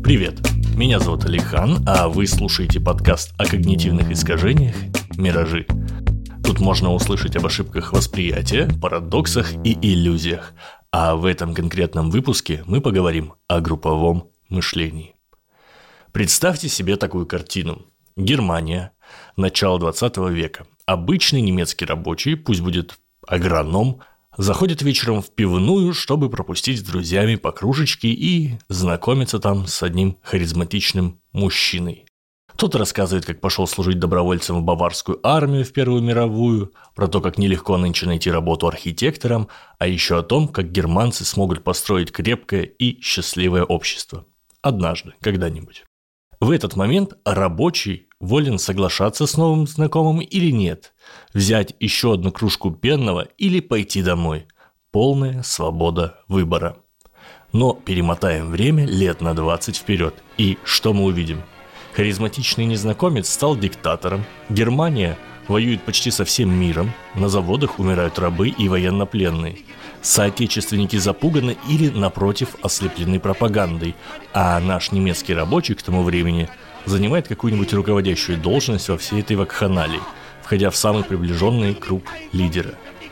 Привет, меня зовут Алихан, а вы слушаете подкаст о когнитивных искажениях «Миражи». Тут можно услышать об ошибках восприятия, парадоксах и иллюзиях. А в этом конкретном выпуске мы поговорим о групповом мышлении. Представьте себе такую картину. Германия, начало 20 века. Обычный немецкий рабочий, пусть будет агроном, заходит вечером в пивную, чтобы пропустить с друзьями по кружечке и знакомиться там с одним харизматичным мужчиной. Тот рассказывает, как пошел служить добровольцем в Баварскую армию в Первую мировую, про то, как нелегко нынче найти работу архитектором, а еще о том, как германцы смогут построить крепкое и счастливое общество. Однажды, когда-нибудь. В этот момент рабочий волен соглашаться с новым знакомым или нет, взять еще одну кружку пенного или пойти домой. Полная свобода выбора. Но перемотаем время лет на 20 вперед. И что мы увидим? Харизматичный незнакомец стал диктатором. Германия воюет почти со всем миром. На заводах умирают рабы и военнопленные. Соотечественники запуганы или, напротив, ослеплены пропагандой. А наш немецкий рабочий к тому времени занимает какую-нибудь руководящую должность во всей этой вакханалии, входя в самый приближенный круг лидера.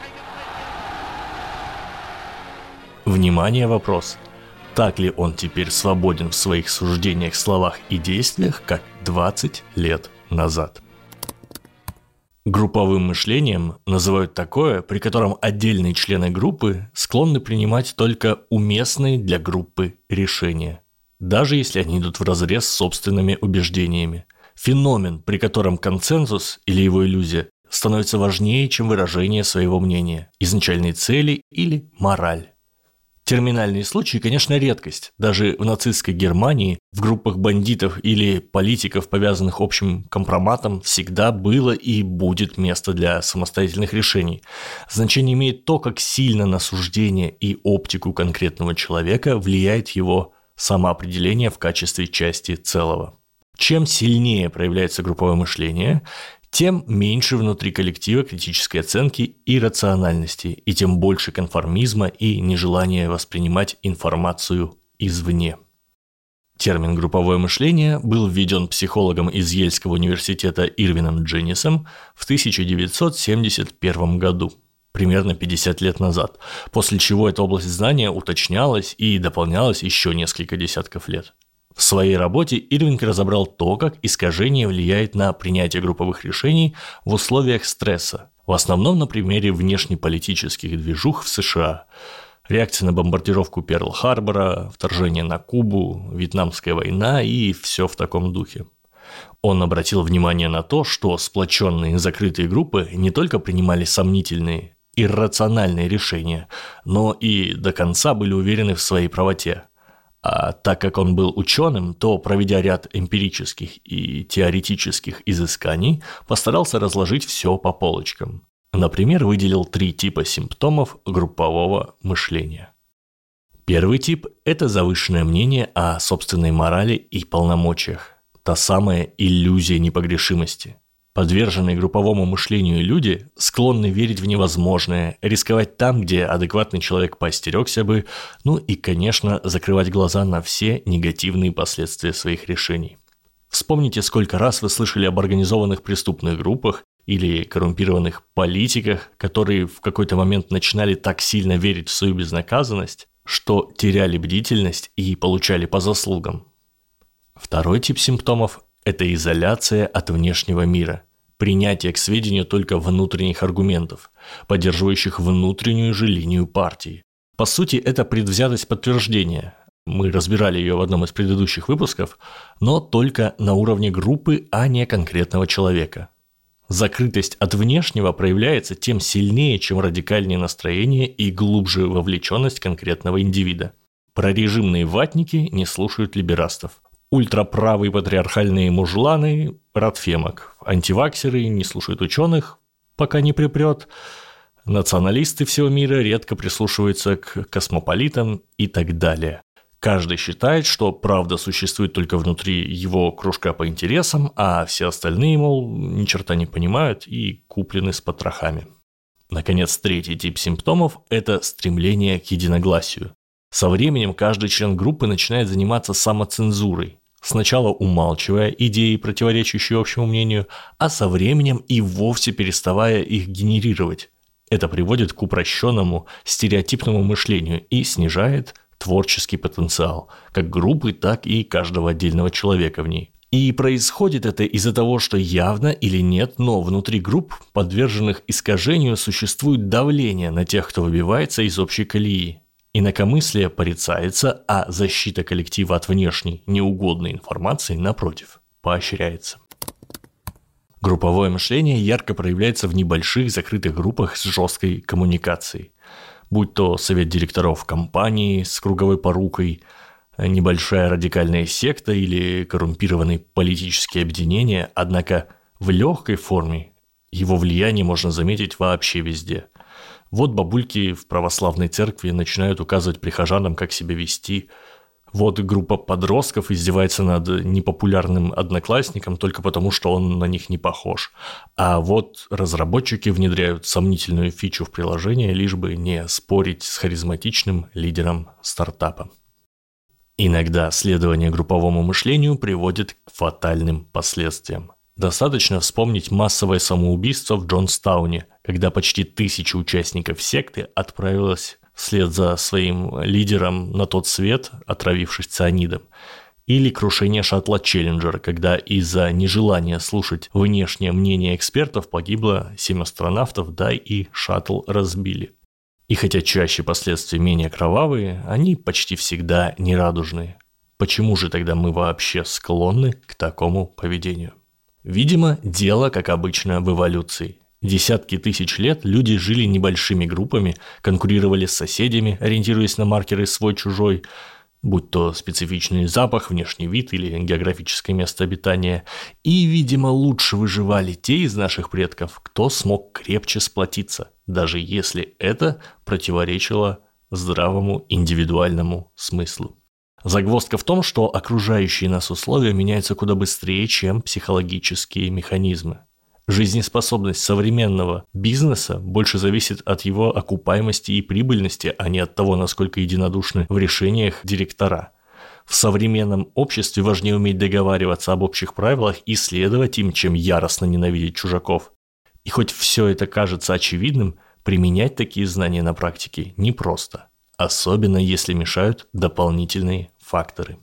Внимание, вопрос. Так ли он теперь свободен в своих суждениях, словах и действиях, как 20 лет назад? Групповым мышлением называют такое, при котором отдельные члены группы склонны принимать только уместные для группы решения, даже если они идут вразрез с собственными убеждениями. Феномен, при котором консенсус или его иллюзия становится важнее, чем выражение своего мнения, изначальной цели или мораль. Терминальные случаи, конечно, редкость. Даже в нацистской Германии в группах бандитов или политиков, повязанных общим компроматом, всегда было и будет место для самостоятельных решений. Значение имеет то, как сильно на суждение и оптику конкретного человека влияет его самоопределение в качестве части целого. Чем сильнее проявляется групповое мышление, тем меньше внутри коллектива критической оценки и рациональности, и тем больше конформизма и нежелания воспринимать информацию извне. Термин «групповое мышление» был введен психологом из Ельского университета Ирвином Дженнисом в 1971 году, примерно 50 лет назад, после чего эта область знания уточнялась и дополнялась еще несколько десятков лет. В своей работе Ирвинг разобрал то, как искажение влияет на принятие групповых решений в условиях стресса, в основном на примере внешнеполитических движух в США. Реакция на бомбардировку Перл-Харбора, вторжение на Кубу, Вьетнамская война и все в таком духе. Он обратил внимание на то, что сплоченные закрытые группы не только принимали сомнительные, иррациональные решения, но и до конца были уверены в своей правоте. А так как он был ученым, то, проведя ряд эмпирических и теоретических изысканий, постарался разложить все по полочкам. Например, выделил 3 типа симптомов группового мышления. Первый тип – это завышенное мнение о собственной морали и полномочиях, та самая иллюзия непогрешимости. Подверженные групповому мышлению люди склонны верить в невозможное, рисковать там, где адекватный человек поостерегся бы, ну и, конечно, закрывать глаза на все негативные последствия своих решений. Вспомните, сколько раз вы слышали об организованных преступных группах или коррумпированных политиках, которые в какой-то момент начинали так сильно верить в свою безнаказанность, что теряли бдительность и получали по заслугам. Второй тип симптомов – это изоляция от внешнего мира. Принятие к сведению только внутренних аргументов, поддерживающих внутреннюю же линию партии. По сути, это предвзятость подтверждения. Мы разбирали ее в одном из предыдущих выпусков, но только на уровне группы, а не конкретного человека. Закрытость от внешнего проявляется тем сильнее, чем радикальнее настроение и глубже вовлеченность конкретного индивида. Прорежимные ватники не слушают либерастов. Ультраправые патриархальные мужланы – рад фемок. Антиваксеры не слушают ученых, пока не припрет. Националисты всего мира редко прислушиваются к космополитам и так далее. Каждый считает, что правда существует только внутри его кружка по интересам, а все остальные, мол, ни черта не понимают и куплены с потрохами. Наконец, третий тип симптомов – это стремление к единогласию. Со временем каждый член группы начинает заниматься самоцензурой, сначала умалчивая идеи, противоречащие общему мнению, а со временем и вовсе переставая их генерировать. Это приводит к упрощенному, стереотипному мышлению и снижает творческий потенциал как группы, так и каждого отдельного человека в ней. И происходит это из-за того, что явно или нет, но внутри групп, подверженных искажению, существует давление на тех, кто выбивается из общей колеи. Инакомыслие порицается, а защита коллектива от внешней неугодной информации, напротив, поощряется. Групповое мышление ярко проявляется в небольших закрытых группах с жесткой коммуникацией. Будь то совет директоров компании с круговой порукой, небольшая радикальная секта или коррумпированные политические объединения, однако в легкой форме его влияние можно заметить вообще везде. Вот бабульки в православной церкви начинают указывать прихожанам, как себя вести. Вот группа подростков издевается над непопулярным одноклассником только потому, что он на них не похож. А вот разработчики внедряют сомнительную фичу в приложение, лишь бы не спорить с харизматичным лидером стартапа. Иногда следование групповому мышлению приводит к фатальным последствиям. Достаточно вспомнить массовое самоубийство в Джонстауне, когда почти 1000 участников секты отправилось вслед за своим лидером на тот свет, отравившись цианидом. Или крушение шаттла «Челленджер», когда из-за нежелания слушать внешнее мнение экспертов погибло 7 астронавтов, да и шаттл разбили. И хотя чаще последствия менее кровавые, они почти всегда нерадужные. Почему же тогда мы вообще склонны к такому поведению? Видимо, дело, как обычно, в эволюции. Десятки тысяч лет люди жили небольшими группами, конкурировали с соседями, ориентируясь на маркеры свой-чужой, будь то специфичный запах, внешний вид или географическое место обитания. И, видимо, лучше выживали те из наших предков, кто смог крепче сплотиться, даже если это противоречило здравому индивидуальному смыслу. Загвоздка в том, что окружающие нас условия меняются куда быстрее, чем психологические механизмы. Жизнеспособность современного бизнеса больше зависит от его окупаемости и прибыльности, а не от того, насколько единодушны в решениях директора. В современном обществе важнее уметь договариваться об общих правилах и следовать им, чем яростно ненавидеть чужаков. И хоть все это кажется очевидным, применять такие знания на практике непросто, особенно если мешают дополнительные факторы.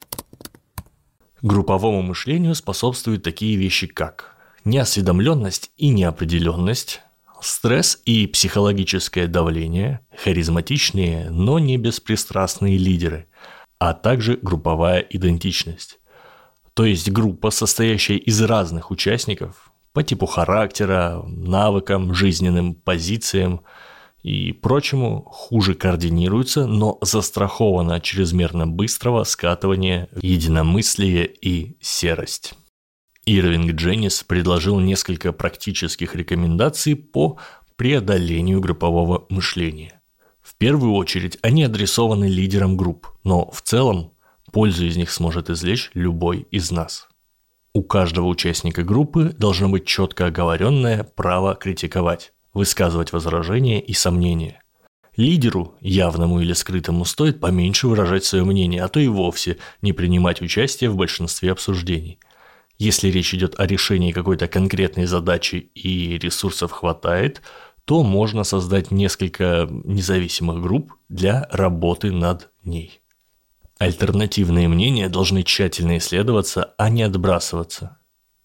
Групповому мышлению способствуют такие вещи, как неосведомленность и неопределенность, стресс и психологическое давление, харизматичные, но не беспристрастные лидеры, а также групповая идентичность. То есть группа, состоящая из разных участников по типу характера, навыкам, жизненным позициям и прочему, хуже координируется, но застрахована от чрезмерно быстрого скатывания в единомыслие и серость. Ирвинг Дженнис предложил несколько практических рекомендаций по преодолению группового мышления. В первую очередь они адресованы лидерам групп, но в целом пользу из них сможет извлечь любой из нас. У каждого участника группы должно быть четко оговоренное право критиковать, высказывать возражения и сомнения. Лидеру, явному или скрытому, стоит поменьше выражать свое мнение, а то и вовсе не принимать участие в большинстве обсуждений. Если речь идет о решении какой-то конкретной задачи и ресурсов хватает, то можно создать несколько независимых групп для работы над ней. Альтернативные мнения должны тщательно исследоваться, а не отбрасываться.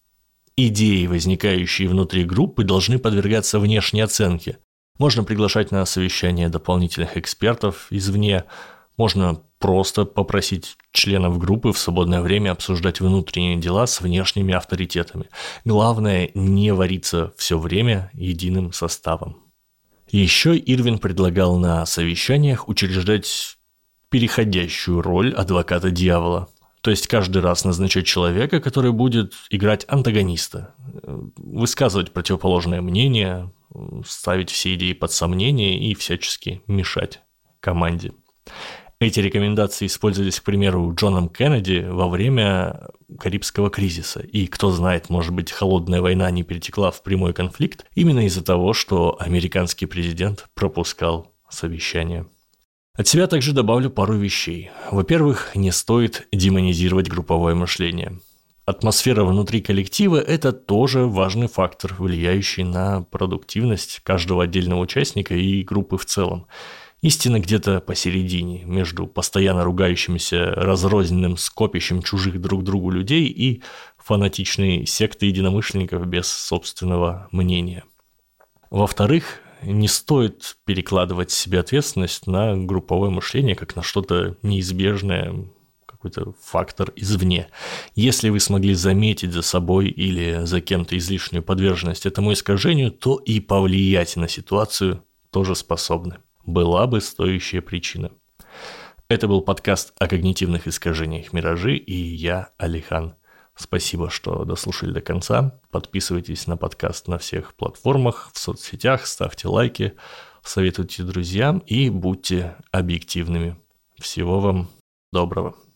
Идеи, возникающие внутри группы, должны подвергаться внешней оценке. Можно приглашать на совещания дополнительных экспертов извне, можно просто попросить членов группы в свободное время обсуждать внутренние дела с внешними авторитетами. Главное, не вариться все время единым составом. Еще Ирвин предлагал на совещаниях учреждать переходящую роль адвоката дьявола. То есть каждый раз назначать человека, который будет играть антагониста, высказывать противоположное мнение, ставить все идеи под сомнение и всячески мешать команде. Эти рекомендации использовались, к примеру, Джоном Кеннеди во время Карибского кризиса. И кто знает, может быть, холодная война не перетекла в прямой конфликт именно из-за того, что американский президент пропускал совещания. От себя также добавлю пару вещей. Во-первых, не стоит демонизировать групповое мышление. Атмосфера внутри коллектива – это тоже важный фактор, влияющий на продуктивность каждого отдельного участника и группы в целом. Истина где-то посередине, между постоянно ругающимся разрозненным скопищем чужих друг другу людей и фанатичной сектой единомышленников без собственного мнения. Во-вторых, не стоит перекладывать себе ответственность на групповое мышление как на что-то неизбежное, какой-то фактор извне. Если вы смогли заметить за собой или за кем-то излишнюю подверженность этому искажению, то и повлиять на ситуацию тоже способны. Была бы стоящая причина. Это был подкаст о когнитивных искажениях «Миражи», и я, Алихан. Спасибо, что дослушали до конца. Подписывайтесь на подкаст на всех платформах, в соцсетях, ставьте лайки, советуйте друзьям и будьте объективными. Всего вам доброго.